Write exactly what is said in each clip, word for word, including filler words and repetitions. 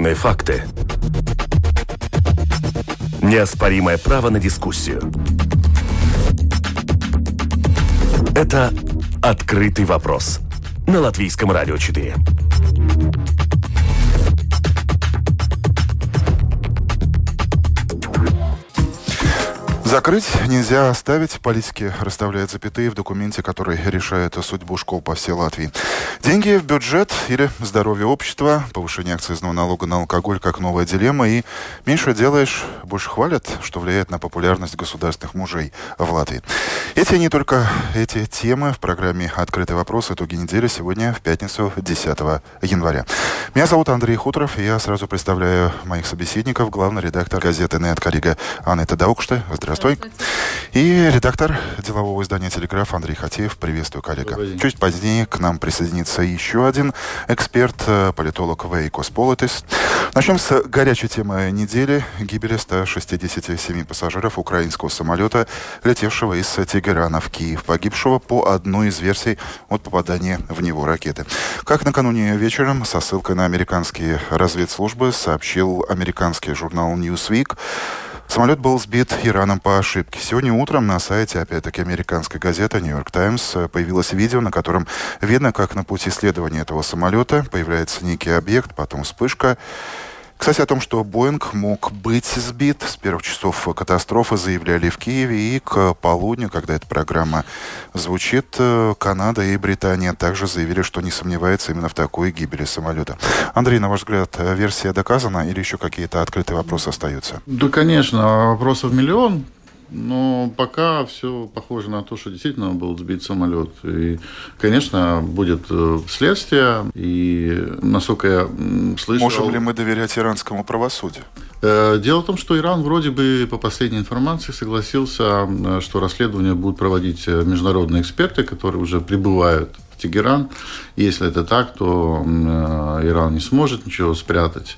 Неоспоримые факты. Неоспоримое право на дискуссию. Это «Открытый вопрос» на Латвийском радио четыре. Закрыть нельзя оставить. Политики расставляют запятые в документе, который решает судьбу школ по всей Латвии. Деньги в бюджет или здоровье общества, повышение акцизного налога на алкоголь как новая дилемма. И меньше делаешь, больше хвалят, что влияет на популярность государственных мужей в Латвии. Эти не только эти темы в программе «Открытый вопрос. Итоги недели» сегодня в пятницу, десятого января. Меня зовут Андрей Хуторов, и я сразу представляю моих собеседников. Главный редактор газеты «Нет Карига» Анетта Даукште. Здравствуй. И редактор делового издания «Телеграф» Андрей Хатеев. Приветствую, коллега. Чуть позднее к нам присоединится еще один эксперт, политолог Вейкос Политис. Начнем с горячей темы недели. Гибели ста шестидесяти семи пассажиров украинского самолета, летевшего из Тегерана в Киев, погибшего по одной из версий от попадания в него ракеты. Как накануне вечером со ссылкой на американские разведслужбы сообщил американский журнал Newsweek, самолет был сбит Ираном по ошибке. Сегодня утром на сайте, опять-таки, американской газеты New York Times появилось видео, на котором видно, как на пути исследования этого самолета появляется некий объект, потом вспышка. Кстати, о том, что Боинг мог быть сбит, с первых часов катастрофы заявляли в Киеве, и к полудню, когда эта программа звучит, Канада и Британия также заявили, что не сомневаются именно в такой гибели самолета. Андрей, на ваш взгляд, версия доказана или еще какие-то открытые вопросы остаются? Да, конечно, вопросов миллион. Но пока все похоже на то, что действительно был сбит самолет. И, конечно, будет следствие. И, насколько я слышал... Можем ли мы доверять иранскому правосудию? Дело в том, что Иран вроде бы, по последней информации, согласился, что расследование будут проводить международные эксперты, которые уже прибывают в Тегеран. Если это так, то Иран не сможет ничего спрятать.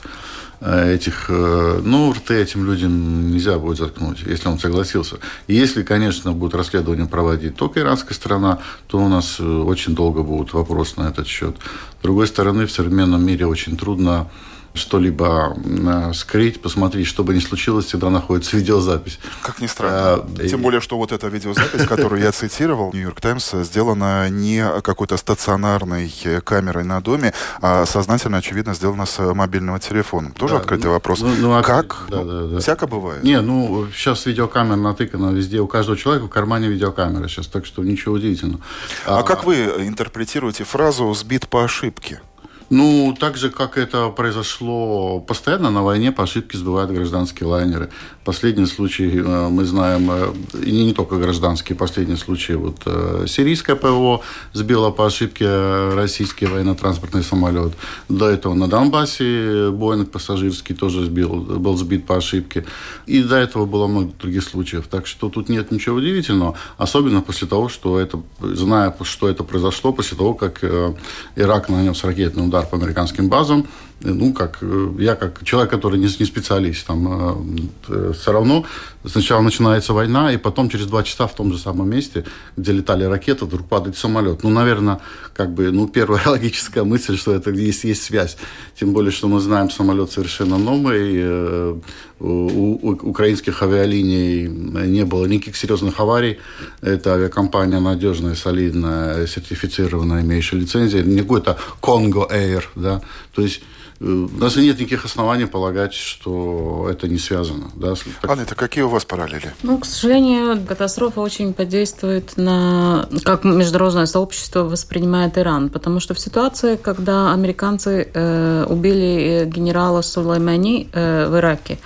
Этих, ну, рты этим людям нельзя будет заткнуть, если он согласился. И если, конечно, будет расследование проводить только иранская сторона, то у нас очень долго будут вопросы на этот счет. С другой стороны, в современном мире очень трудно что-либо скрыть, посмотреть, что бы ни случилось, всегда находится видеозапись. Как ни странно. А, Тем и... более, что вот эта видеозапись, которую я цитировал, New York Times, сделана не какой-то стационарной камерой на доме, а сознательно, очевидно, сделана с мобильного телефона. Тоже да, открытый вопрос. Ну, ну, как? Да, да, да. Всяко бывает. Не, ну, сейчас видеокамера натыкана везде. У каждого человека в кармане видеокамера сейчас, так что ничего удивительного. А, а как вы интерпретируете фразу «сбит по ошибке»? Ну, так же, как это произошло постоянно на войне, по ошибке сбивают гражданские лайнеры. Последний случай мы знаем, и не только гражданские, последний случай, вот сирийское ПВО сбило по ошибке российский военно-транспортный самолет. До этого на Донбассе Боинг пассажирский тоже сбил, был сбит по ошибке. И до этого было много других случаев. Так что тут нет ничего удивительного. Особенно после того, что это, зная, что это произошло, после того, как Ирак нанес ракетный удар по американским базам. Ну, как я, как человек, который не, не специалист, там э, все равно сначала начинается война, и потом через два часа в том же самом месте, где летали ракеты, вдруг падает самолет. Ну, наверное, как бы, ну, первая логическая мысль, что это есть, есть связь. Тем более, что мы знаем, самолет совершенно новый. Э, у, у украинских авиалиний не было никаких серьезных аварий. Это авиакомпания надежная, солидная, сертифицированная, имеющая лицензию. Не какой-то Congo Air, да, то есть у нас нет никаких оснований полагать, что это не связано. Да? Анна, это какие у вас параллели? Ну, к сожалению, катастрофа очень подействует на, как международное сообщество воспринимает Иран. Потому что в ситуации, когда американцы э, убили генерала Сулеймани э, в Ираке,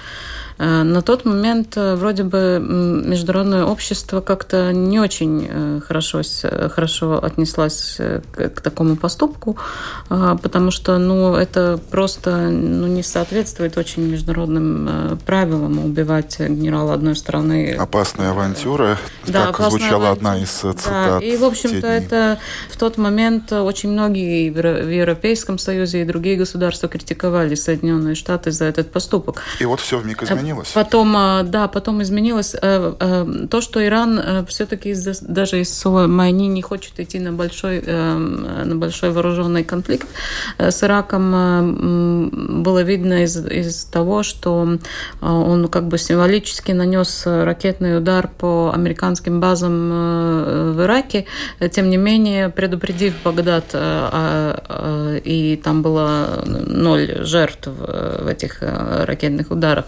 на тот момент вроде бы международное общество как-то не очень хорошо, хорошо отнеслось к, к такому поступку, потому что ну, это просто ну, не соответствует очень международным правилам убивать генерала одной страны. Опасная авантюра, да, как звучала авантюра. Одна из цитат. Да, и, в общем-то, это в тот момент очень многие в Европейском Союзе и другие государства критиковали Соединенные Штаты за этот поступок. И вот все вмиг изменилось. изменилось. Потом, да, потом изменилось. То, что Иран все-таки даже из Сулеймани не хочет идти на большой, на большой вооруженный конфликт с Ираком, было видно из, из того, что он как бы символически нанес ракетный удар по американским базам в Ираке, тем не менее предупредив Багдад, и там было ноль жертв в этих ракетных ударах.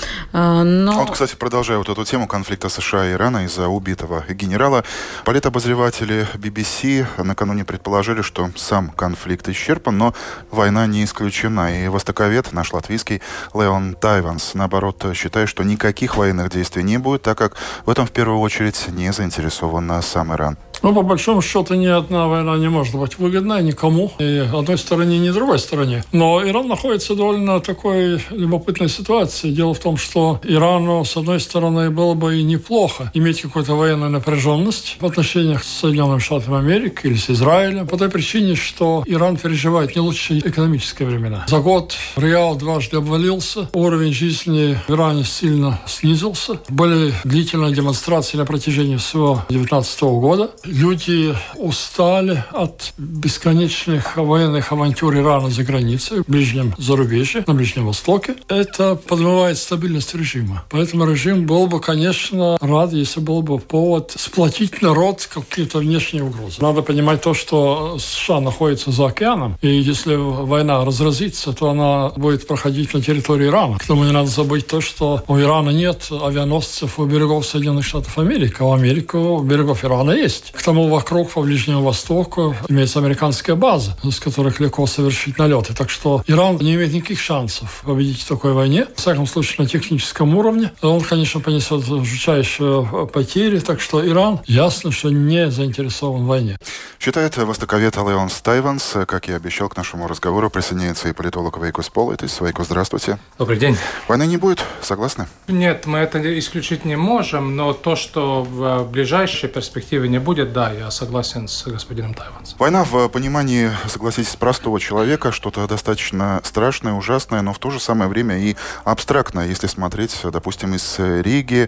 Но... Вот, кстати, продолжая вот эту тему конфликта США и Ирана из-за убитого генерала, политобозреватели би би си накануне предположили, что сам конфликт исчерпан, но война не исключена. И востоковед, наш латвийский Леон Тайванс, наоборот, считает, что никаких военных действий не будет, так как в этом в первую очередь не заинтересован сам Иран. Ну, по большому счету, ни одна война не может быть выгодна никому, ни одной стороне, ни другой стороне. Но Иран находится в довольно такой любопытной ситуации. Дело в том, что Ирану, с одной стороны, было бы и неплохо иметь какую-то военную напряженность в отношениях с Соединенными Штатами Америки или с Израилем, по той причине, что Иран переживает не лучшие экономические времена. За год реал дважды обвалился, уровень жизни в Иране сильно снизился. Были длительные демонстрации на протяжении всего две тысячи девятнадцатого года. Люди устали от бесконечных военных авантюр Ирана за границей, в ближнем зарубежье, на Ближнем Востоке. Это подмывает стабильность режима. Поэтому режим был бы, конечно, рад, если был бы повод сплотить народ какие-то внешние угрозы. Надо понимать то, что США находится за океаном, и если война разразится, то она будет проходить на территории Ирана. К тому не надо забыть то, что у Ирана нет авианосцев у берегов Соединенных Штатов Америки, а у Америки у берегов Ирана есть. К тому вокруг, по Ближнему Востоку, имеется американская база, с которых легко совершить налеты. Так что Иран не имеет никаких шансов победить в такой войне. В всяком случае, на техническом уровне. Он, конечно, понесет жутчайшие потери. Так что Иран, ясно, что не заинтересован в войне. Считает востоковед Леон Тайванс. Как я обещал, к нашему разговору присоединяется и политолог Вайкус Полайтис. Вайкус, здравствуйте. Добрый день. Войны не будет, согласны? Нет, мы это исключить не можем, но то, что в ближайшей перспективе не будет, да, я согласен с господином Тайвансом. Война в понимании, согласитесь, простого человека, что-то достаточно страшное, ужасное, но в то же самое время и абстрактное. Если смотреть, допустим, из Риги,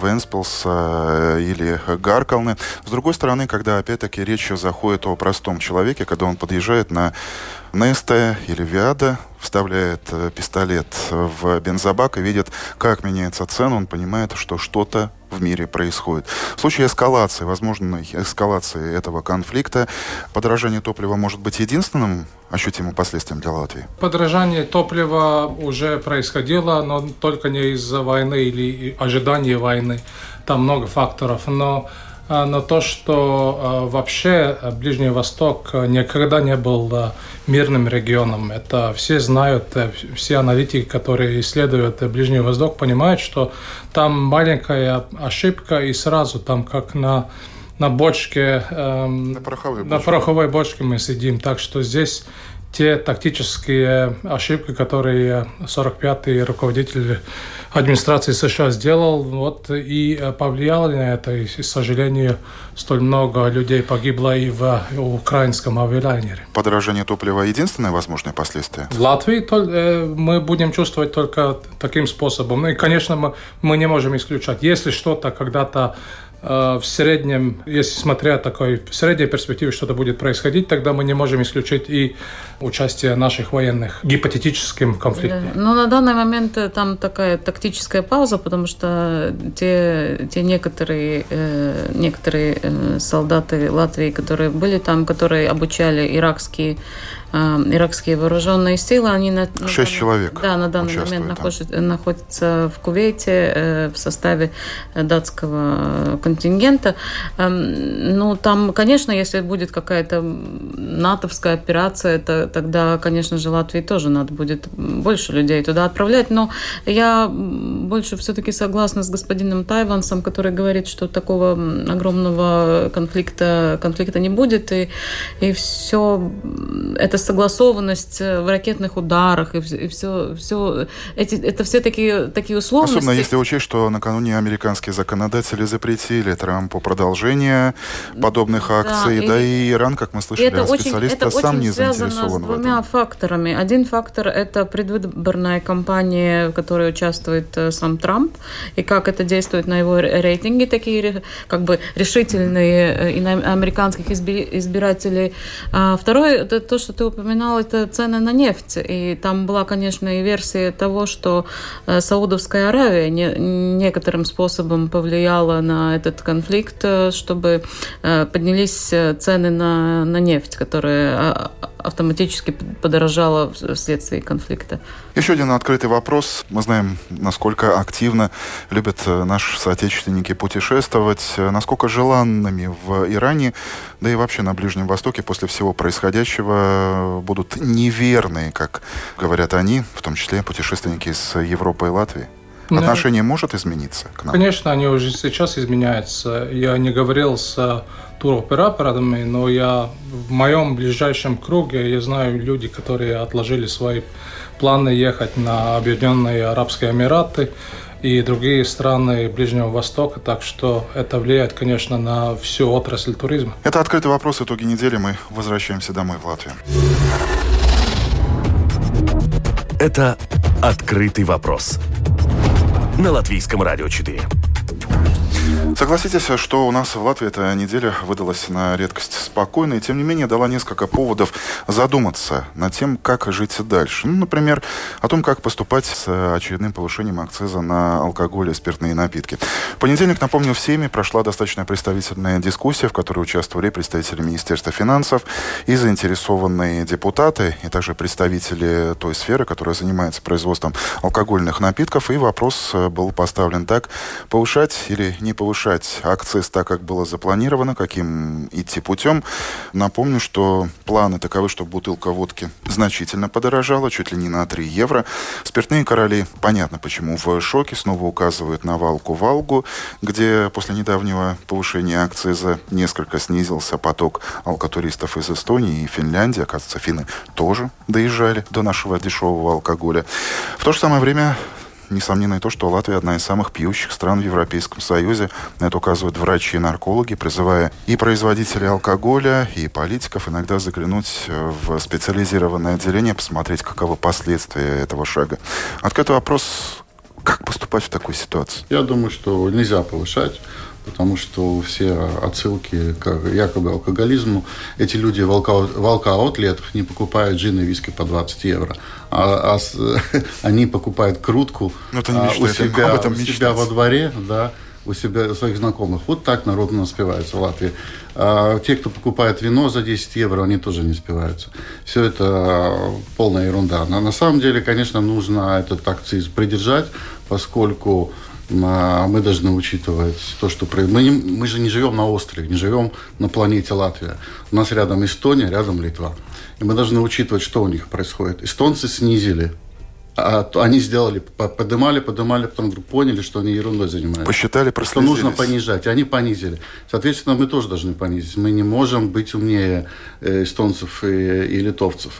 Венспилса или Гаркалны. С другой стороны, когда опять-таки речь заходит о простом человеке, когда он подъезжает на Несте или Виада, вставляет пистолет в бензобак и видит, как меняется цена, он понимает, что что-то в мире происходит. В случае эскалации, возможной эскалации этого конфликта, подорожание топлива может быть единственным ощутимым последствием для Латвии? Подорожание топлива уже происходило, но только не из-за войны или ожидания войны. Там много факторов, но Но то, что вообще Ближний Восток никогда не был мирным регионом, это все знают, все аналитики, которые исследуют Ближний Восток, понимают, что там маленькая ошибка, и сразу там как на, на бочке, эм, на пороховой бочке. на пороховой бочке мы сидим. Так что здесь те тактические ошибки, которые сорок пятый руководитель администрации США сделал, вот и повлияло на это. И, к сожалению, столь много людей погибло и в украинском авиалайнере. Подорожание топлива – единственное возможное последствие? В Латвии мы будем чувствовать только таким способом. Ну и, конечно, мы, мы не можем исключать. Если что-то когда-то в среднем, если смотря такой в средней перспективе что-то будет происходить, тогда мы не можем исключить и участие наших военных в гипотетическом конфликте. Да. Но на данный момент там такая тактическая пауза, потому что те, те некоторые, э, некоторые э, солдаты Латвии, которые были там, которые обучали иракские иракские вооруженные силы, они на, Шесть на, человек да, на данный момент находят, находятся в Кувейте э, в составе датского контингента. Э, ну, там, конечно, если будет какая-то натовская операция, то, тогда, конечно же, Латвии тоже надо будет больше людей туда отправлять. Но я больше все-таки согласна с господином Тайвансом, который говорит, что такого огромного конфликта, конфликта не будет, и, и все это согласованность в ракетных ударах и все, все эти, это все такие, такие условности. Особенно если учесть, что накануне американские законодатели запретили Трампу продолжение подобных акций, да, да и, и Иран, как мы слышали, от специалиста, сам не заинтересован в этом. Это очень связано с двумя факторами. Один фактор – это предвыборная кампания, в которой участвует сам Трамп, и как это действует на его рейтинги, такие как бы решительные и на американских избирателей. А второе – это то, что ты упоминал, это цены на нефть. И там была, конечно, и версия того, что Саудовская Аравия не, некоторым способом повлияла на этот конфликт, чтобы поднялись цены на, на нефть, которая автоматически подорожала вследствие конфликта. Еще один открытый вопрос. Мы знаем, насколько активно любят наши соотечественники путешествовать, насколько желанными в Иране, да и вообще на Ближнем Востоке после всего происходящего будут неверные, как говорят они, в том числе путешественники из Европы и Латвии. Отношение да. может измениться к нам? Конечно, они уже сейчас изменяются. Я не говорил с туроператорами, но я в моем ближайшем круге я знаю люди, которые отложили свои планы ехать на Объединенные Арабские Эмираты и другие страны Ближнего Востока, так что это влияет, конечно, на всю отрасль туризма. Это «Открытый вопрос». Итоги недели. Мы возвращаемся домой в Латвию. Это «Открытый вопрос» на Латвийском радио четыре. Согласитесь, что у нас в Латвии эта неделя выдалась на редкость спокойной, и тем не менее дала несколько поводов задуматься над тем, как жить дальше. Ну, например, о том, как поступать с очередным повышением акциза на алкоголь и спиртные напитки. В понедельник, напомню, в Сейме прошла достаточно представительная дискуссия, в которой участвовали представители Министерства финансов и заинтересованные депутаты, и также представители той сферы, которая занимается производством алкогольных напитков. И вопрос был поставлен так: повышать или не повышать акциз так, как было запланировано, каким идти путем. Напомню, что планы таковы, что бутылка водки значительно подорожала, чуть ли не на три евро. Спиртные короли, понятно почему, в шоке, снова указывают на Валку-Валгу, где после недавнего повышения акциза несколько снизился поток алкотуристов из Эстонии и Финляндии. Оказывается, финны тоже доезжали до нашего дешевого алкоголя. В то же самое время несомненно и то, что Латвия одна из самых пьющих стран в Европейском Союзе. На это указывают врачи и наркологи, призывая и производителей алкоголя, и политиков иногда заглянуть в специализированное отделение, посмотреть, каковы последствия этого шага. Открытый вопрос: как поступать в такой ситуации? Я думаю, что нельзя повышать, потому что все отсылки к якобы алкоголизму, эти люди в алко-аутлетах не покупают джин и виски по двадцать евро, а, а с, они покупают крутку а, у, себя, у себя во дворе, да, у себя, у своих знакомых. Вот так народ у нас спивается в Латвии. А те, кто покупает вино за десять евро, они тоже не спиваются. Все это полная ерунда. Но на самом деле, конечно, нужно этот акциз придержать, поскольку мы должны учитывать то, что... Мы, не, мы же не живем на острове, не живем на планете Латвия. У нас рядом Эстония, рядом Литва. И мы должны учитывать, что у них происходит. Эстонцы снизили. А они сделали, поднимали, поднимали, потом вдруг поняли, что они ерундой занимаются. Посчитали, прослезились. Что нужно понижать. И они понизили. Соответственно, мы тоже должны понизить. Мы не можем быть умнее эстонцев и, и литовцев.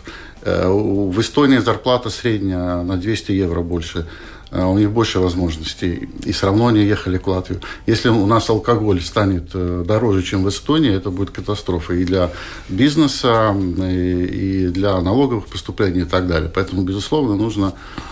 В Эстонии зарплата средняя на двести евро больше. У них больше возможностей, и все равно они ехали к Латвии. Если у нас алкоголь станет дороже, чем в Эстонии, это будет катастрофа и для бизнеса, и для налоговых поступлений и так далее. Поэтому, безусловно, нужно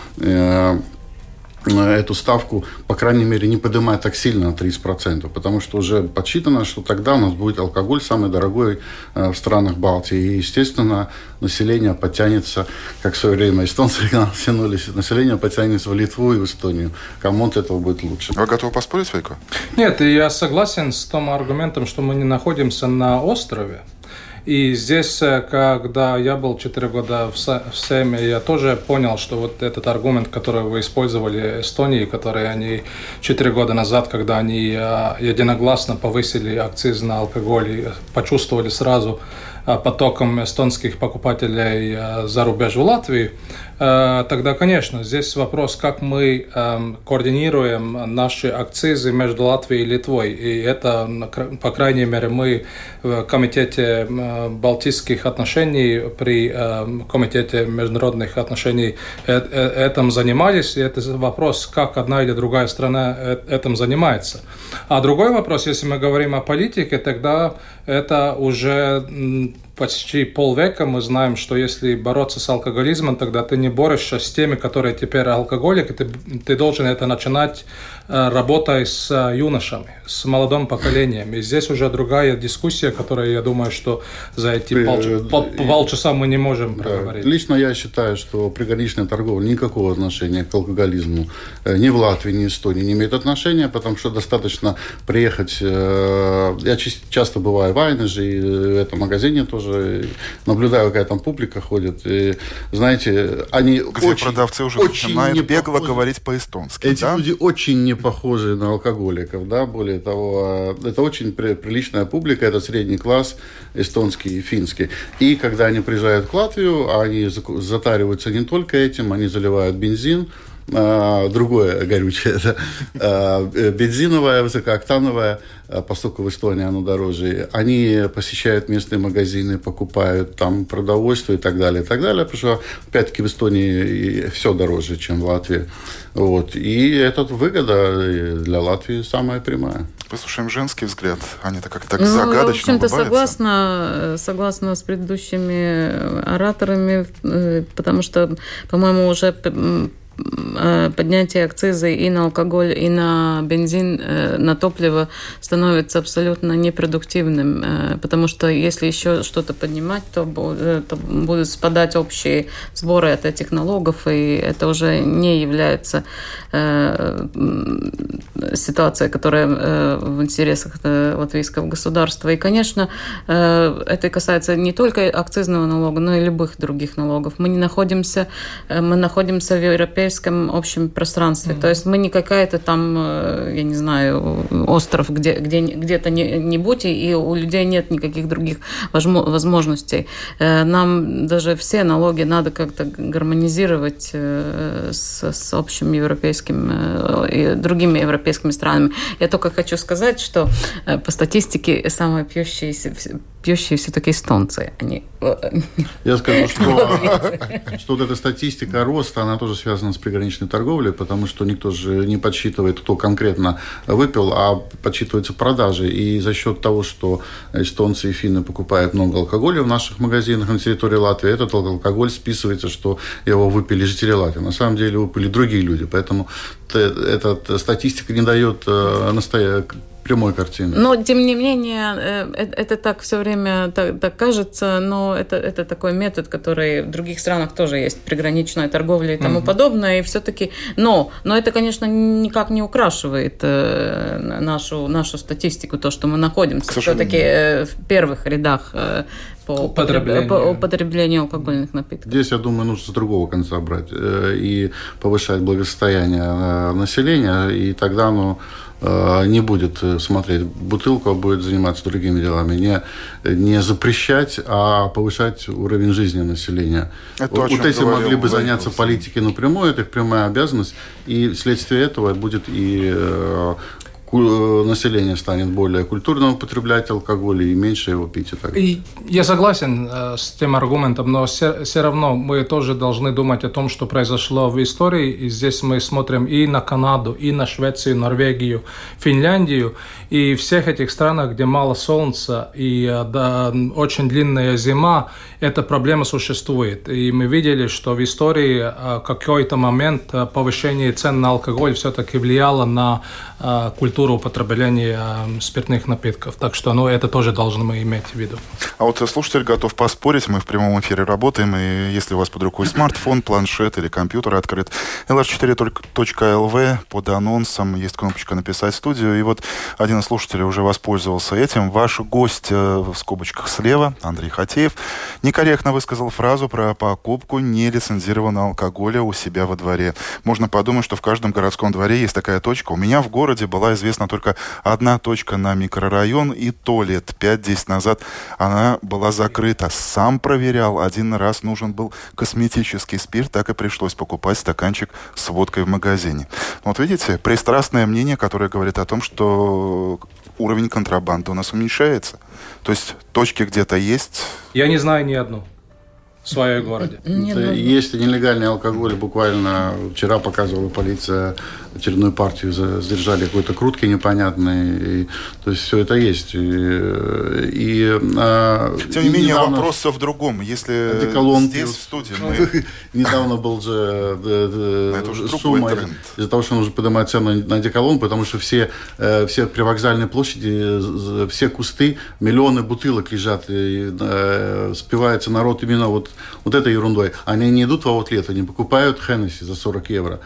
эту ставку, по крайней мере, не поднимать так сильно на тридцать процентов, потому что уже подсчитано, что тогда у нас будет алкоголь самый дорогой в странах Балтии. И, естественно, население подтянется, как в свое время эстонцы тянулись, население подтянется в Литву и в Эстонию. Кому от этого будет лучше. Вы готовы поспорить, Вейко? Нет, я согласен с тем аргументом, что мы не находимся на острове. И здесь, когда я был четыре года в Сейме, я тоже понял, что вот этот аргумент, который вы использовали в Эстонии, который они четыре года назад, когда они единогласно повысили акциз на алкоголь и почувствовали сразу потоком эстонских покупателей за рубеж в Латвии, тогда, конечно, здесь вопрос, как мы координируем наши акцизы между Латвией и Литвой. И это, по крайней мере, мы в Комитете Балтийских отношений, при Комитете международных отношений этим занимались. И это вопрос, как одна или другая страна этим занимается. А другой вопрос, если мы говорим о политике, тогда это уже почти полвека мы знаем, что если бороться с алкоголизмом, тогда ты не борешься с теми, которые теперь алкоголики, ты, ты должен это начинать работой с юношами, с молодым поколением. И здесь уже другая дискуссия, которую, я думаю, что за эти полчаса, пол, полчаса мы не можем проговорить. Да. Лично я считаю, что приграничная торговля никакого отношения к алкоголизму ни в Латвии, ни в Эстонии не имеет отношения, потому что достаточно приехать... Я часто бываю в Айнеже, и в этом магазине тоже наблюдаю, какая там публика ходит. И, знаете, они Где очень, продавцы уже очень начинают бегло похожи. Говорить по-эстонски. Эти да? люди очень не похожи на алкоголиков, да, более того, это очень при, приличная публика, это средний класс, эстонский и финский. И когда они приезжают в Латвию, они затариваются не только этим, они заливают бензин, а, другое горючее, да, а, бензиновое, высокооктановое, поскольку в Эстонии оно дороже. Они посещают местные магазины, покупают там продовольствие и так далее, и так далее, потому что, опять-таки, в Эстонии все дороже, чем в Латвии. Вот. И эта выгода для Латвии самая прямая. Послушаем женский взгляд. Аня-то как так ну, загадочно в общем-то, улыбается. согласна, согласна с предыдущими ораторами, потому что, по-моему, уже поднятие акциза и на алкоголь, и на бензин, на топливо становится абсолютно непродуктивным, потому что если еще что-то поднимать, то, то будут спадать общие сборы от этих налогов, и это уже не является ситуацией, которая в интересах латвийского государства. И, конечно, это касается не только акцизного налога, но и любых других налогов. Мы не находимся, мы находимся в европейском общем пространстве. Mm-hmm. То есть мы не какая-то там, я не знаю, остров, где, где, где-то не, не будь, и у людей нет никаких других возможностей. Нам даже все налоги надо как-то гармонизировать с, с общим европейским и другими европейскими странами. Я только хочу сказать, что по статистике самые пьющие, пьющие все-таки эстонцы. Они... Я скажу, что, что вот эта статистика роста, она тоже связана с приграничной торговлей, потому что никто же не подсчитывает, кто конкретно выпил, а подсчитываются продажи. И за счет того, что эстонцы и финны покупают много алкоголя в наших магазинах на территории Латвии, этот алкоголь списывается, что его выпили жители Латвии. На самом деле выпили другие люди. Поэтому эта статистика не дает настоящего прямой картины. Но, тем не менее, это так все время так, так кажется, но это, это такой метод, который в других странах тоже есть, приграничная торговля и тому mm-hmm. подобное, и все-таки... Но, но это, конечно, никак не украшивает нашу, нашу статистику, то, что мы находимся все-таки в первых рядах по употреблению. по употреблению алкогольных напитков. Здесь, я думаю, нужно с другого конца брать и повышать благосостояние населения, и тогда оно не будет смотреть бутылку, а будет заниматься другими делами. Не, не запрещать, а повышать уровень жизни населения. Это вот вот этим могли бы заняться политики напрямую, это их прямая обязанность, и вследствие этого будет и население станет более культурным употреблять алкоголь и меньше его пить. И так. И я согласен э, с тем аргументом, но все, все равно мы тоже должны думать о том, что произошло в истории. И здесь мы смотрим и на Канаду, и на Швецию, Норвегию, Финляндию. И в всех этих странах, где мало солнца и э, да, очень длинная зима, эта проблема существует. И мы видели, что в истории э, какой-то момент э, повышение цен на алкоголь все-таки влияло на э, культуру употребления э, спиртных напитков. Так что ну, это тоже должны мы иметь в виду. А вот слушатель готов поспорить. Мы в прямом эфире работаем. И если у вас под рукой смартфон, планшет или компьютер открыт, эл эр четыре точка эл ви под анонсом есть кнопочка «Написать студию». И вот один из слушателей уже воспользовался этим. Ваш гость в скобочках слева, Андрей Хатеев, некорректно высказал фразу про покупку нелицензированного алкоголя у себя во дворе. Можно подумать, что в каждом городском дворе есть такая точка. У меня в городе была известна известна только одна точка на микрорайон, и то лет пять-десять назад она была закрыта. Сам проверял, один раз нужен был косметический спирт, так и пришлось покупать стаканчик с водкой в магазине. Вот видите, пристрастное мнение, которое говорит о том, что уровень контрабанды у нас уменьшается. То есть точки где-то есть. Я не знаю ни одну в своем городе. Есть нелегальный алкоголь. Буквально вчера показывала полиция очередную партию, задержали какой-то крутки непонятной. И, то есть все это есть. И, и, а, Тем не менее, недавно... вопрос в другом. Если одеколон здесь, в студии, мы... Недавно был же шум из-за того, что нужно поднимать цену на одеколон, потому что все, все привокзальные площади, все кусты, миллионы бутылок лежат, и спивается народ именно вот, вот этой ерундой. Они не идут в аутлет, они покупают Хеннесси за сорок евро.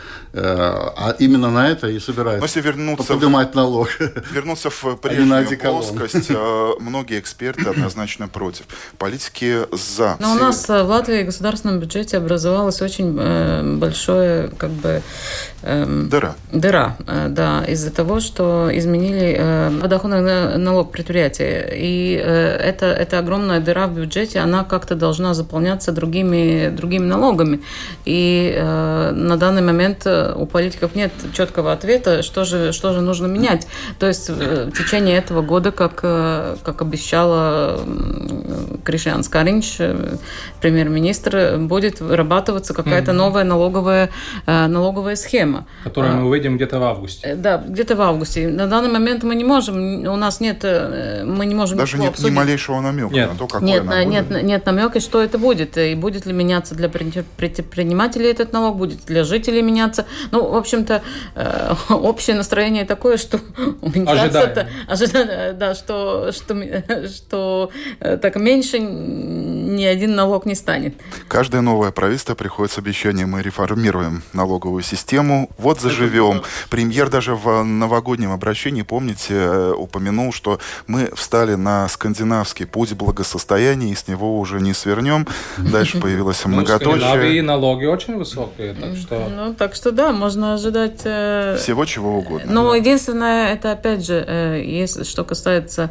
А именно на это и собираются если вернуться поднимать в, налог. Вернуться в прежнюю плоскость, многие эксперты однозначно против. Политики за. Но у нас в Латвии в государственном бюджете образовалось очень э, большое, как бы, э, дыра. Дыра, э, да, из-за того, что изменили э, подоходный налог предприятия. И э, это, это огромная дыра в бюджете, она как-то должна заполняться другими, другими налогами. И э, на данный момент у политиков нет четкого ответа, что же, что же нужно менять. То есть в течение этого года, как, как обещала Кришьян Скаринч, премьер-министр, будет вырабатываться какая-то новая налоговая, налоговая схема. Которую мы увидим где-то в августе. Да, где-то в августе. На данный момент мы не можем, у нас нет, мы не можем... Даже нет обсудить. Ни малейшего намека нет. на то, какой нет, она нет, будет. Нет намека, что это будет. И будет ли меняться для предпринимателей этот налог, будет для жителей меняться. Ну, в общем-то, общее настроение такое, что уменьшаться, ожидание, да, что, что, что так меньше ни один налог не станет. Каждое новое правительство приходит с обещанием: мы реформируем налоговую систему, вот заживем. Премьер даже в новогоднем обращении, помните, упомянул, что мы встали на скандинавский путь благосостояния и с него уже не свернем. Дальше появилось многоточие. В Скандинавии налоги очень высокие, так что... Ну, так что да, можно ожидать... Э... Всего чего угодно. Но да. единственное, это опять же, э, если, что касается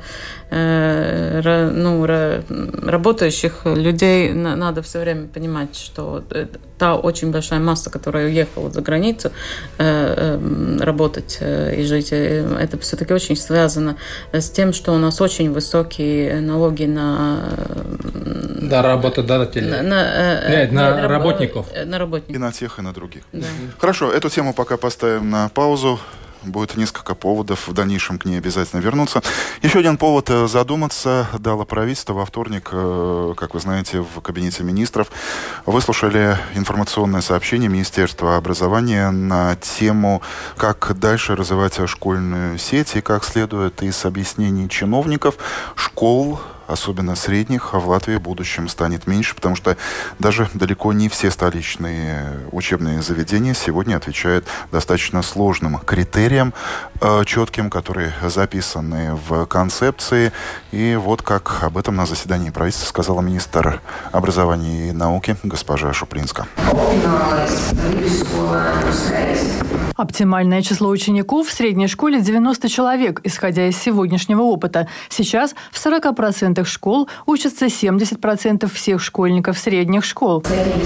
э, ра, ну, ра, работающих людей, на, надо все время понимать, что та очень большая масса, которая уехала за границу э, э, работать э, и жить, э, это все-таки очень связано с тем, что у нас очень высокие налоги на... Да, работодателей. На, на, Нет, на, на работников. На работников. И на тех, и на других. Да. Хорошо, эту тему пока поставим на паузу. Будет несколько поводов в дальнейшем к ней обязательно вернуться. Еще один повод задуматься дало правительство. Во вторник, как вы знаете, в Кабинете министров выслушали информационное сообщение Министерства образования на тему, как дальше развивать школьную сеть, и как следует из объяснений чиновников, школ, особенно средних, в Латвии в будущем станет меньше, потому что даже далеко не все столичные учебные заведения сегодня отвечают достаточно сложным критериям, э, четким, которые записаны в концепции. И вот как об этом на заседании правительства сказала министр образования и науки госпожа Шуплинска. Оптимальное число учеников в средней школе девяносто человек, исходя из сегодняшнего опыта. Сейчас в сорок процентов школ учатся семьдесят процентов всех школьников средних школ.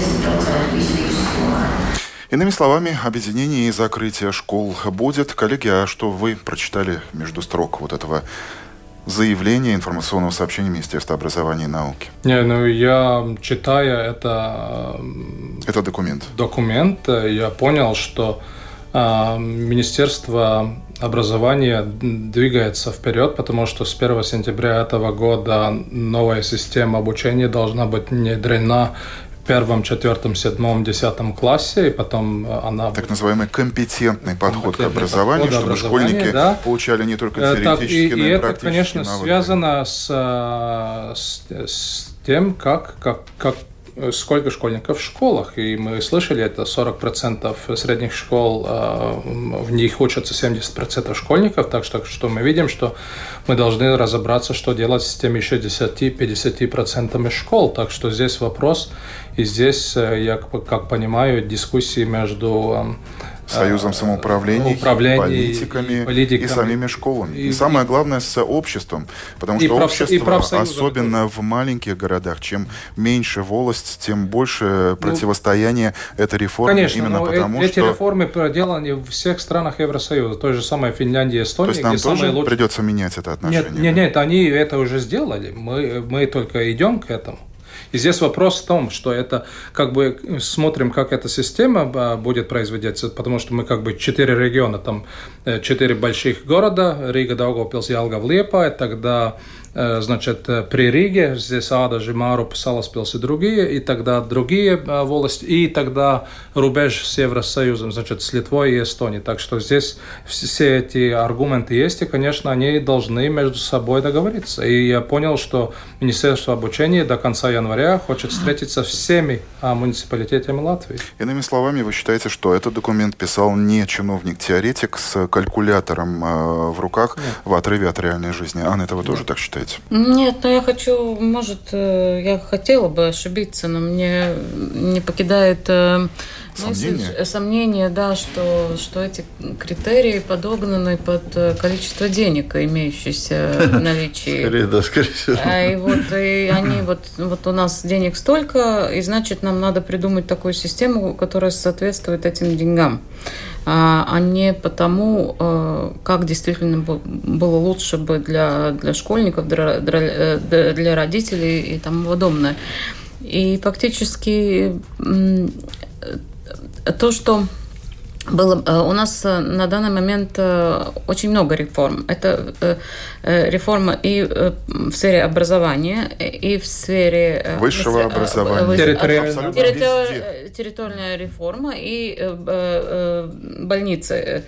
Иными словами, объединение и закрытие школ будет. Коллеги, а что вы прочитали между строк вот этого заявления, информационного сообщения Министерства образования и науки? Не, ну я, читая это... Это документ. Документ, я понял, что э, Министерство образования двигается вперед, потому что с первого сентября этого года новая система обучения должна быть внедрена в первом, четвертом, седьмом, десятом классе, и потом она... Так называемый компетентный подход к образованию, подход чтобы образования, школьники да. получали не только теоретические, так, и, но и, и практические это, конечно, навыки. связано с, с, с тем, как, как, как сколько школьников в школах. И мы слышали, это сорок процентов средних школ, в них учатся семьдесят процентов школьников, так что, что мы видим, что мы должны разобраться, что делать с теми шестьдесят-пятьдесят процентами школ. Так что здесь вопрос, и здесь, я как понимаю, дискуссии между Союзом самоуправлений, политиками политиками, и самими школами. И, и самое главное, с обществом. Потому что прав, общество, особенно в маленьких городах, чем меньше волость, тем больше ну, противостояние этой реформе. Конечно, именно но потому, эти что... реформы проделаны в всех странах Евросоюза. Той же самой Финляндии, Эстонии. То есть нам где тоже лучшие... придется менять это отношение? Нет, нет, нет, они это уже сделали. Мы, мы только идем к этому. И здесь вопрос в том, что это как бы смотрим, как эта система будет производиться, потому что мы как бы четыре региона, там четыре больших города, Рига, Даугавпилс, Jelgava, Liepāja, тогда значит, при Риге, здесь Ада, Мārupē, Salaspils и другие, и тогда другие волости, и тогда рубеж с Евросоюзом, значит, с Литвой и Эстонией. Так что здесь все эти аргументы есть, и, конечно, они должны между собой договориться. И я понял, что Министерство обучения до конца января хочет встретиться с всеми муниципалитетами Латвии. Иными словами, вы считаете, что этот документ писал не чиновник-теоретик с калькулятором в руках Нет. в отрыве от реальной жизни? Анна, это вы тоже Нет. так считаете? Нет, но я хочу, может, я хотела бы ошибиться, но мне не покидает сомнение, мысль, сомнение, да, что, что эти критерии подогнаны под количество денег, имеющихся в наличии. Скорее, да, скорее всего. И вот и они, вот, вот у нас денег столько, и значит, нам надо придумать такую систему, которая соответствует этим деньгам. А не потому, как действительно было лучше бы для, для школьников, для, для родителей и тому подобное. И фактически то, что было, у нас на данный момент очень много реформ. Это реформа и в сфере образования, и в сфере высшего образования. Территориальная, территориальная, территориальная реформа и больницы,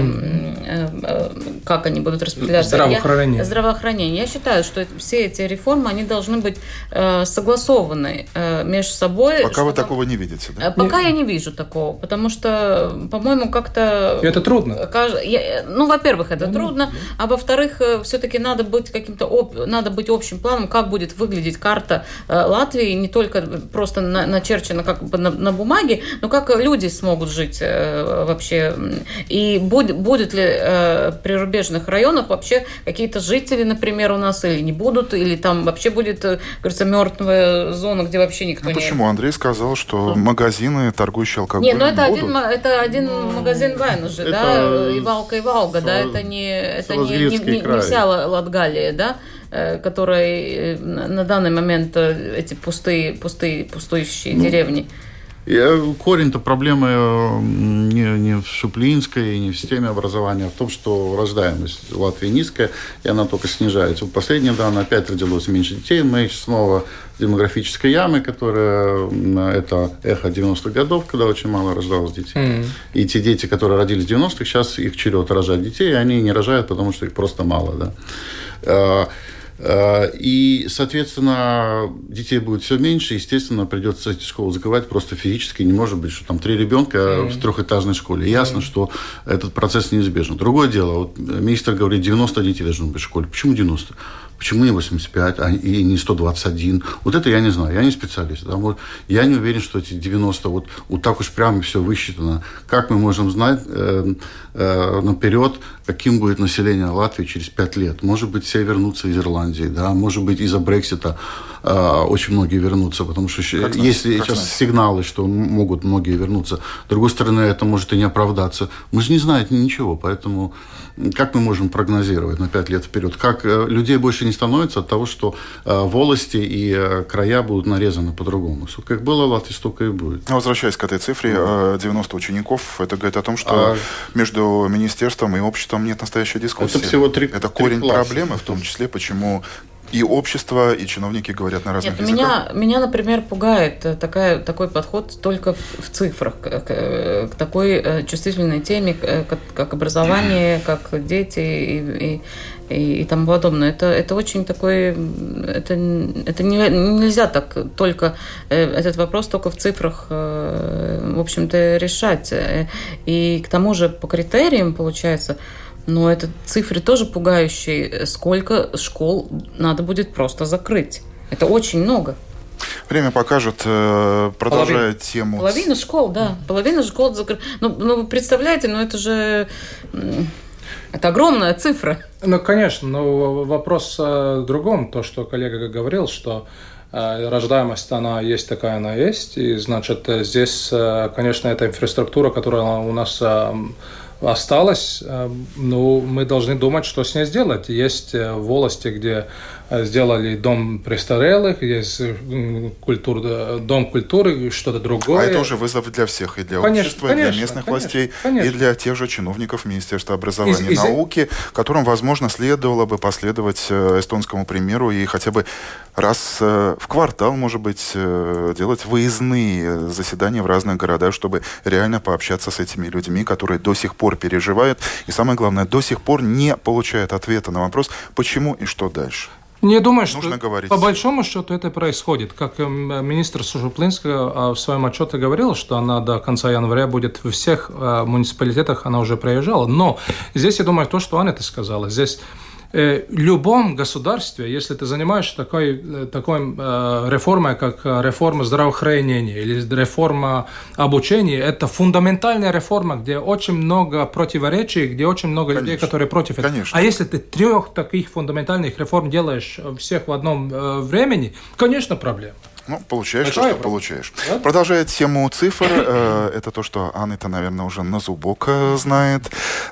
mm-hmm. как они будут распределяться. Здравоохранение. Я, здравоохранение. Я считаю, что все эти реформы, они должны быть согласованы между собой. Пока чтобы... вы такого не видите, да? Пока Нет. я не вижу такого, потому что, по-моему, как-то... Это трудно. Ну, во-первых, это mm-hmm. трудно, а во-вторых, все-таки надо быть каким-то об... надо быть общим планом, как будет выглядеть карта Латвии, не только просто на... начерчена как бы на... на бумаге, но как люди смогут жить вообще. И будет, будет ли э, при рубежных районах вообще какие-то жители, например, у нас, или не будут, или там вообще будет, говорится, мертвая зона, где вообще никто ну, не... Почему? Андрей сказал, что магазины, торгующие алкоголем, не, ну это будут. один, это один магазин Вайн уже, это да, и Валка, и Валга, да, это не, это не, не, не, не вся Латгалия, да, которая на данный момент эти пустые, пустые, пустующие ну. деревни. Корень-то проблемы не, не в Шуплинской, не в системе образования, а в том, что рождаемость в Латвии низкая, и она только снижается. В последние данные опять родилось меньше детей. Мы снова в демографической яме, которая это эхо девяностых годов, когда очень мало рождалось детей. Mm-hmm. И те дети, которые родились в девяностых, сейчас их черед рожать детей, и они не рожают, потому что их просто мало. Да? И, соответственно, детей будет все меньше, естественно, придется эти школы закрывать просто физически. Не может быть, что там три ребенка mm-hmm. в трехэтажной школе. И ясно, mm-hmm. что этот процесс неизбежен. Другое дело, вот министр говорит, девяносто детей должно быть в школе. Почему девяносто? Почему не восемьдесят пять, а и не сто двадцать один? Вот это я не знаю, я не специалист. Да? Вот я не уверен, что эти девяносто, вот, вот так уж прямо все высчитано. Как мы можем знать э, э, наперед, каким будет население Латвии через пять лет? Может быть, все вернутся из Ирландии, да? Может быть, из-за Брексита э, очень многие вернутся, потому что как есть как сейчас знать? Сигналы, что могут многие вернуться. С другой стороны, это может и не оправдаться. Мы же не знаем ничего, поэтому как мы можем прогнозировать на пять лет вперед? Как э, людей больше не становится от того, что э, волости и э, края будут нарезаны по-другому. Как было в Латвии, столько и будет. Возвращаясь к этой цифре, девяносто учеников, это говорит о том, что а... между министерством и обществом нет настоящей дискуссии. Это всего три Это корень класса. Проблемы, в том числе, почему и общество, и чиновники говорят на разных Нет, языках. Меня, меня, например, пугает такая, такой подход только в, в цифрах, к, к, к такой чувствительной теме, как, как образование, как дети и, и, и, и тому подобное. Это, это очень такой... Это, это не, нельзя так только... Этот вопрос только в цифрах, в общем-то, решать. И к тому же по критериям, получается... Но это цифры тоже пугающие. Сколько школ надо будет просто закрыть? Это очень много. Время покажет, продолжая тему... Половина школ, да. Половина школ закрыта. Ну, ну, вы представляете, ну это же... Это огромная цифра. Ну, конечно, но вопрос в другом. То, что коллега говорил, что рождаемость, она есть такая, она есть. И, значит, здесь, конечно, эта инфраструктура, которая у нас осталась, ну, мы должны думать, что с ней сделать. Есть волости, где сделали дом престарелых, есть культур, дом культуры, что-то другое. А это уже вызов для всех, и для конечно, общества, конечно, и для местных конечно, властей, конечно. и для тех же чиновников Министерства образования и, и, и науки, которым, возможно, следовало бы последовать эстонскому примеру и хотя бы раз в квартал, может быть, делать выездные заседания в разных городах, чтобы реально пообщаться с этими людьми, которые до сих пор переживают, и самое главное, до сих пор не получают ответа на вопрос, почему и что дальше. Не думаю, что говорить. По большому счету это происходит. Как министр Жуплинская в своем отчете говорила, что она до конца января будет во всех муниципалитетах, она уже проезжала. Но здесь, я думаю, то, что Анна сказала, здесь в любом государстве, если ты занимаешься такой, такой э, реформой, как реформа здравоохранения или реформа обучения, это фундаментальная реформа, где очень много противоречий, где очень много Конечно. людей, которые против этого. Конечно. А если ты трех таких фундаментальных реформ делаешь всех в одном э, времени, конечно, проблема. Ну, получаешь то, что получаешь. Да? Продолжая тему цифр, э, это то, что Анна-то, наверное, уже на зубок знает.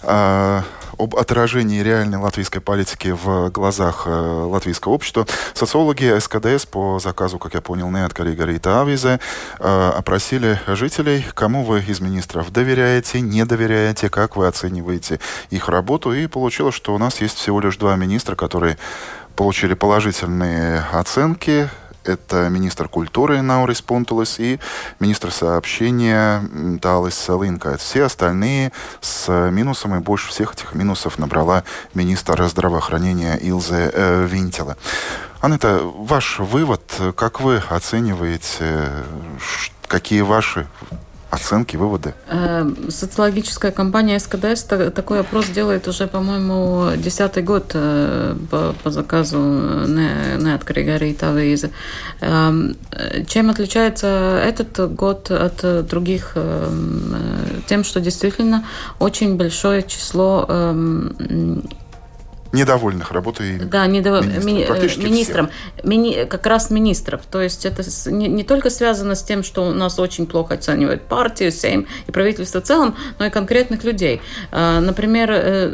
Э, об отражении реальной латвийской политики в глазах э, латвийского общества. Социологи СКДС по заказу, как я понял, Неаткарīga Rīta Avīze э, опросили жителей, кому вы из министров доверяете, не доверяете, как вы оцениваете их работу. И получилось, что у нас есть всего лишь два министра, которые получили положительные оценки. Это министр культуры Наурис Пунтулис и министр сообщения Талис Линка. Все остальные с минусом, и больше всех этих минусов набрала министр здравоохранения Илзе э, Винтела. Анна, ваш вывод, как вы оцениваете, какие ваши оценки, выводы? Социологическая компания СКДС такой опрос делает уже, по-моему, десятый год по, по заказу Неаткарīga Rīta Avīze. Чем отличается этот год от других? Тем, что действительно очень большое число недовольных работой да, недов... министров, ми... министром, мини... как раз министров. То есть это не, не только связано с тем, что у нас очень плохо оценивают партию, Сейм и правительство в целом, но и конкретных людей. Например,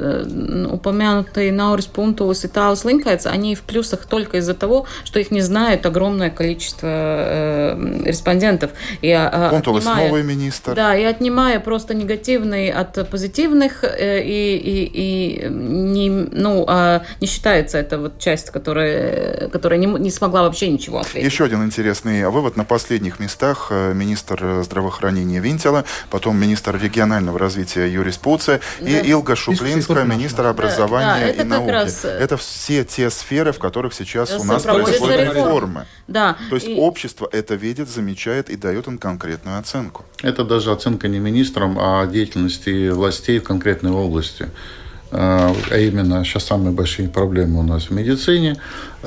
упомянутые Наурис Пунтулис и Талис Линкаits, они в плюсах только из-за того, что их не знает огромное количество респондентов. Пунтулис новый министр. Да, и отнимая просто негативные от позитивных, и, и, и не, ну, не считается эта вот часть, которая, которая не, не смогла вообще ничего ответить. Еще один интересный вывод. На последних местах министр здравоохранения Винтела, потом министр регионального развития Юрис Пуце да. и Илга Шуплинская, министр образования да, да, и науки. Раз... Это все те сферы, в которых сейчас у нас происходят реформы. Да. То есть и... общество это видит, замечает и дает им конкретную оценку. Это даже оценка не министрам, а деятельности властей в конкретной области. А именно сейчас самые большие проблемы у нас в медицине.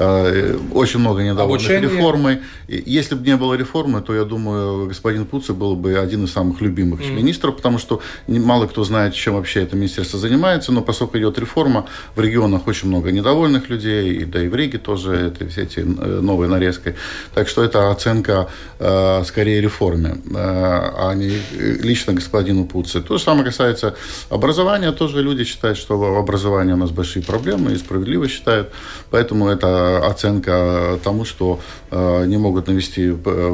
Очень много недовольных Обучение. реформой. Если бы не было реформы, то, я думаю, господин Пуце был бы один из самых любимых mm. министров, потому что мало кто знает, чем вообще это министерство занимается, но поскольку идет реформа, в регионах очень много недовольных людей, да и в Риге тоже, это все эти новые нарезки. Так что это оценка скорее реформе, а не лично господину Пуце. То же самое касается образования. Тоже люди считают, что в образовании у нас большие проблемы, и справедливо считают. Поэтому это оценка тому, что э, не могут навести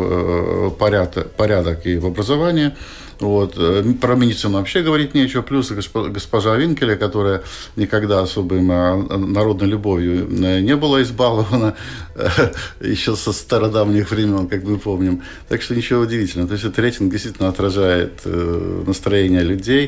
порядок, порядок и в образовании. Вот. Про медицину вообще говорить нечего. Плюс госпожа Винкеля, которая никогда особой народной любовью не была избалована, еще со стародавних времен, как мы помним. Так что ничего удивительного. То есть этот рейтинг действительно отражает настроение людей.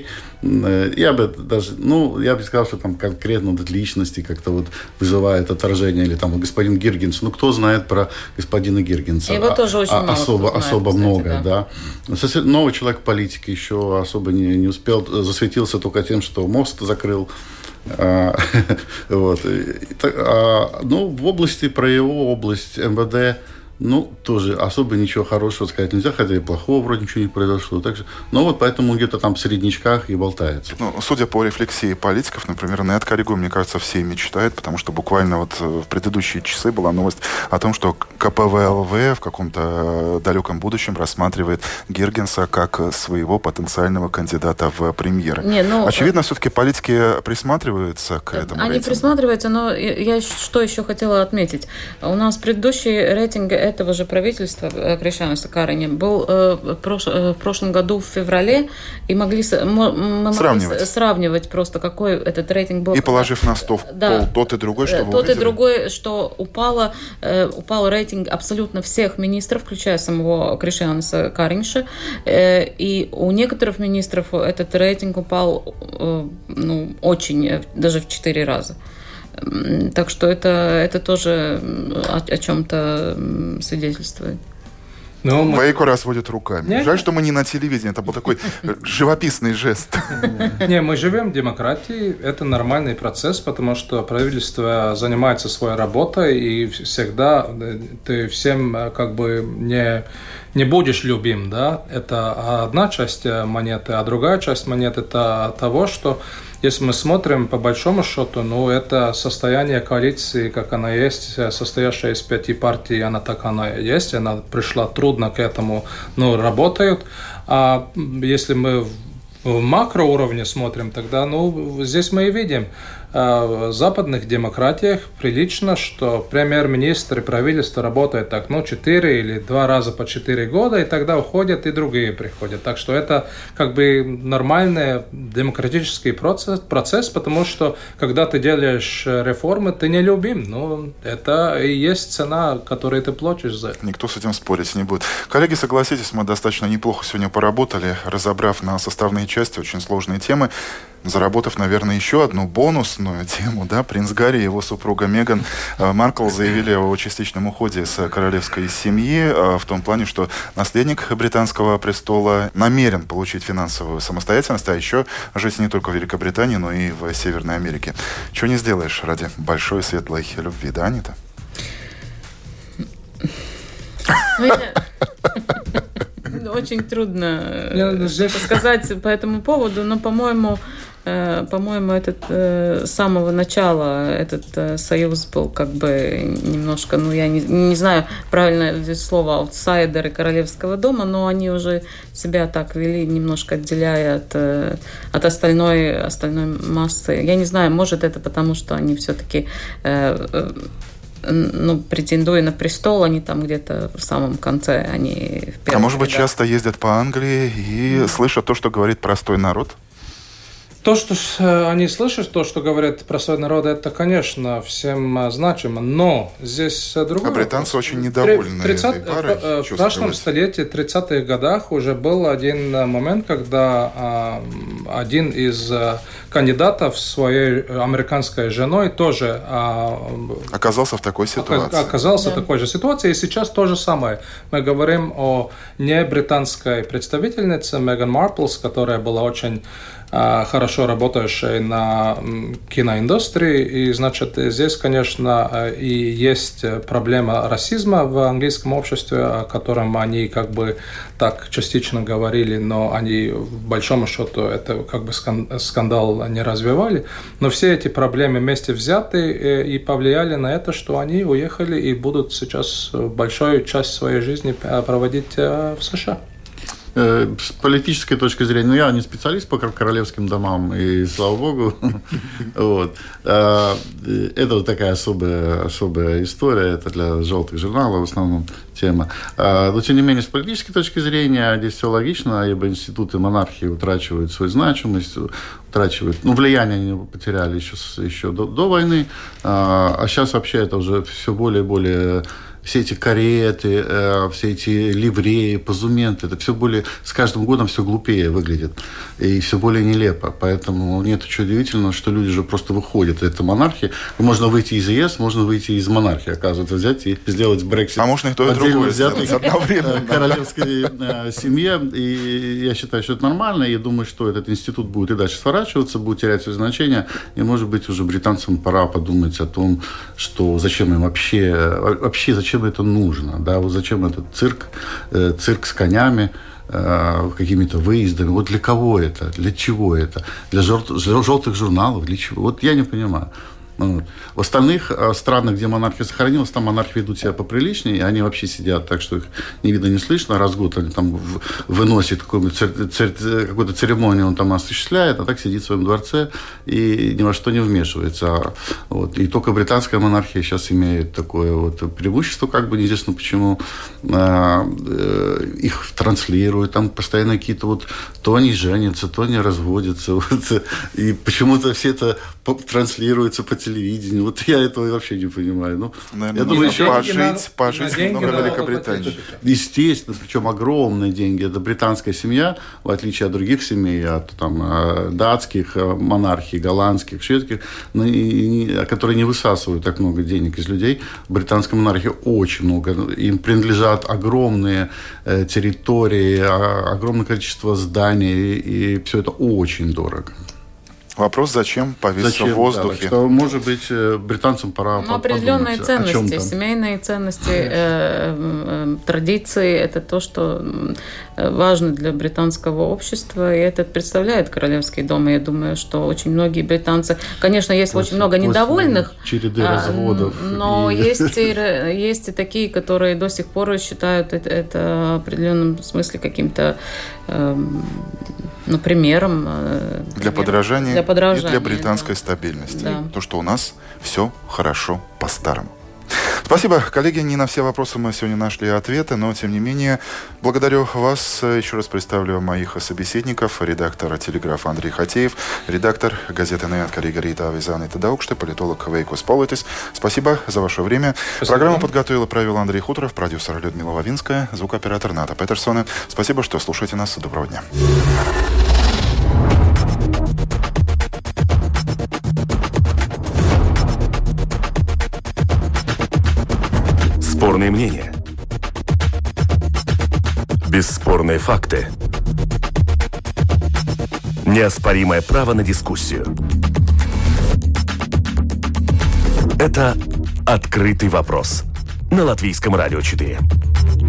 Я бы даже, ну, я бы сказал, что там конкретно вот личности как-то вот вызывает отражение. Или там господин Гиргенс. Ну, кто знает про господина Гиргенса? Его тоже очень а, мало особо, знает, особо кстати, много, да. да. Новый человек политики еще особо не, не успел, засветился только тем, что мост закрыл. А, вот. а, ну, в области, про его область эм вэ дэ, Ну, тоже особо ничего хорошего сказать нельзя, хотя и плохого вроде ничего не произошло. Так же, но вот поэтому где-то там в среднячках и болтается. Ну, судя по рефлексии политиков, например, Нед Каригу, мне кажется, все мечтают, потому что буквально вот в предыдущие часы была новость о том, что ка пэ вэ эл вэ в каком-то далеком будущем рассматривает Гиргенса как своего потенциального кандидата в премьеры. Не, ну, очевидно, все-таки политики присматриваются к этому Они рейтингу. присматриваются, но я что еще хотела отметить. У нас предыдущий рейтинг этого же правительства Кришьяноса Кариņa был э, прош, э, в прошлом году в феврале, и могли, мы могли сравнивать. сравнивать просто, какой этот рейтинг был. И положив на стол да, пол тот и другой, что вы Тот увидели. и другой, что упало, э, упал рейтинг абсолютно всех министров, включая самого Кришьяноса Кариņša, э, и у некоторых министров этот рейтинг упал э, ну, очень, даже в четыре раза. Так что это, это тоже о, о чем-то свидетельствует. Но мы... Вейко разводит руками. Нет. Жаль, что мы не на телевидении. Это был такой живописный жест. Не, мы живем в демократии. Это нормальный процесс, потому что правительство занимается своей работой, и всегда ты всем как бы не, не будешь любим. Да? Это одна часть монеты, а другая часть монеты – это того, что если мы смотрим по большому счету, ну, это состояние коалиции, как она есть, состоящая из пяти партий, она так она есть, она пришла трудно к этому, но работают. А если мы в макроуровне смотрим, тогда, ну, здесь мы и видим, в западных демократиях прилично, что премьер-министр и правительство работают так, ну, четыре или два раза по четыре года, и тогда уходят, и другие приходят. Так что это как бы нормальный демократический процесс, процесс, потому что когда ты делаешь реформы, ты не любим. Ну, это и есть цена, которую ты платишь за это. Никто с этим спорить не будет. Коллеги, согласитесь, мы достаточно неплохо сегодня поработали, разобрав на составные части очень сложные темы, заработав, наверное, еще одну бонусную тему, да, принц Гарри и его супруга Меган Маркл заявили о частичном уходе из королевской семьи, в том плане, что наследник британского престола намерен получить финансовую самостоятельность, а еще жить не только в Великобритании, но и в Северной Америке. Чего не сделаешь ради большой светлой любви, да, Анита? Очень трудно что-то сказать по этому поводу, но, по-моему, по-моему, этот с самого начала этот союз был как бы немножко, ну, я не, не знаю, правильно ли слово, аутсайдеры королевского дома, но они уже себя так вели, немножко отделяя от, от остальной, остальной массы. Я не знаю, может, это потому, что они все-таки... ну, претендуя на престол, они там где-то в самом конце, они в первом. А может быть, рядах. Часто ездят по Англии и mm. слышат то, что говорит простой народ? То, что они слышат, то, что говорят простой народ, это, конечно, всем значимо, но здесь другое. А британцы вопрос. Очень недовольны тридцать, этой парой. В, в прошлом столетии, в тридцатых годах, уже был один момент, когда а, один из а, кандидатов своей американской женой тоже а, оказался в такой ситуации. Оказался да. в такой же ситуации. И сейчас то же самое. Мы говорим о не британской представительнице Меган Маркл, которая была очень хорошо работающей на киноиндустрии. И, значит, здесь, конечно, и есть проблема расизма в английском обществе, о котором они как бы так частично говорили, но они, в большом счету, это как бы скандал не развивали. Но все эти проблемы вместе взяты и повлияли на это, что они уехали и будут сейчас большую часть своей жизни проводить в США. С политической точки зрения, ну, я не специалист по королевским домам, и слава богу, вот. Это вот такая особая, особая история, это для желтых журналов в основном тема. Но, тем не менее, с политической точки зрения, здесь все логично, ибо институты монархии утрачивают свою значимость, утрачивают, ну, влияние они потеряли еще, еще до, до войны, а сейчас вообще это уже все более и более... Все эти кареты, э, все эти ливреи, позументы, это все более, с каждым годом все глупее выглядит и все более нелепо. Поэтому нет ничего удивительного, что люди же просто выходят из этой монархии. Можно выйти из ЕС, можно выйти из монархии, оказывается, взять и сделать Брексит. А можно и то, и другое сделать одновременно. Королевской э, семье. И я считаю, что это нормально. И думаю, что этот институт будет и дальше сворачиваться, будет терять свое значение. И, может быть, уже британцам пора подумать о том, что зачем им вообще, вообще зачем зачем это нужно, да, вот зачем этот цирк, э, цирк с конями, э, какими-то выездами, вот для кого это, для чего это, для жел- желтых журналов, для чего, вот я не понимаю. Вот. В остальных странах, где монархия сохранилась, там монархи ведут себя поприличнее, и они вообще сидят так, что их не видно, не слышно. Раз в год они там в, выносят какую-то, цер, цер, какую-то церемонию, он там осуществляет, а так сидит в своем дворце и ни во что не вмешивается. Вот. И только британская монархия сейчас имеет такое вот преимущество, как бы неизвестно почему. А, э, их транслируют, там постоянно какие-то вот то они женятся, то они разводятся. Вот. И почему-то все это транслируется по телевидению. Вот я этого вообще не понимаю. Ну, наверное, я думаю, еще пожить, на, пожить на много в Великобритании. Естественно, причем огромные деньги. Это британская семья, в отличие от других семей, от там, датских монархий, голландских, шведских, которые не высасывают так много денег из людей. В британской монархии очень много. Им принадлежат огромные территории, огромное количество зданий, и все это очень дорого. Вопрос, зачем повис в воздухе? Да, что, может быть, британцам пора ну, определенные подумать, ценности, семейные ценности, э, э, традиции, это то, что важно для британского общества, и это представляет Королевский дом. И я думаю, что очень многие британцы... Конечно, есть после, очень много недовольных, череды разводов. Но и... есть, и, есть и такие, которые до сих пор считают это, это в определенном смысле каким-то... Э, ну, примером. Для подражания, для подражания и для британской да. стабильности. Да. То, что у нас все хорошо по-старому. Спасибо, коллеги. Не на все вопросы мы сегодня нашли ответы, но, тем не менее, благодарю вас. Еще раз представлю моих собеседников. Редактор «Телеграфа» Андрей Хатеев, редактор газеты «Неatkarīga Rīta Avīze Anita Daugšte», политолог Вейкус Политис. Спасибо за ваше время. Спасибо. Программу подготовила, провел Андрей Хуторов, продюсер Людмила Лавинская, звукооператор Ната Петерсона. Спасибо, что слушаете нас. Доброго дня. Спорные мнения. Бесспорные факты. Неоспоримое право на дискуссию. Это «Открытый вопрос» на Латвийском радио четыре.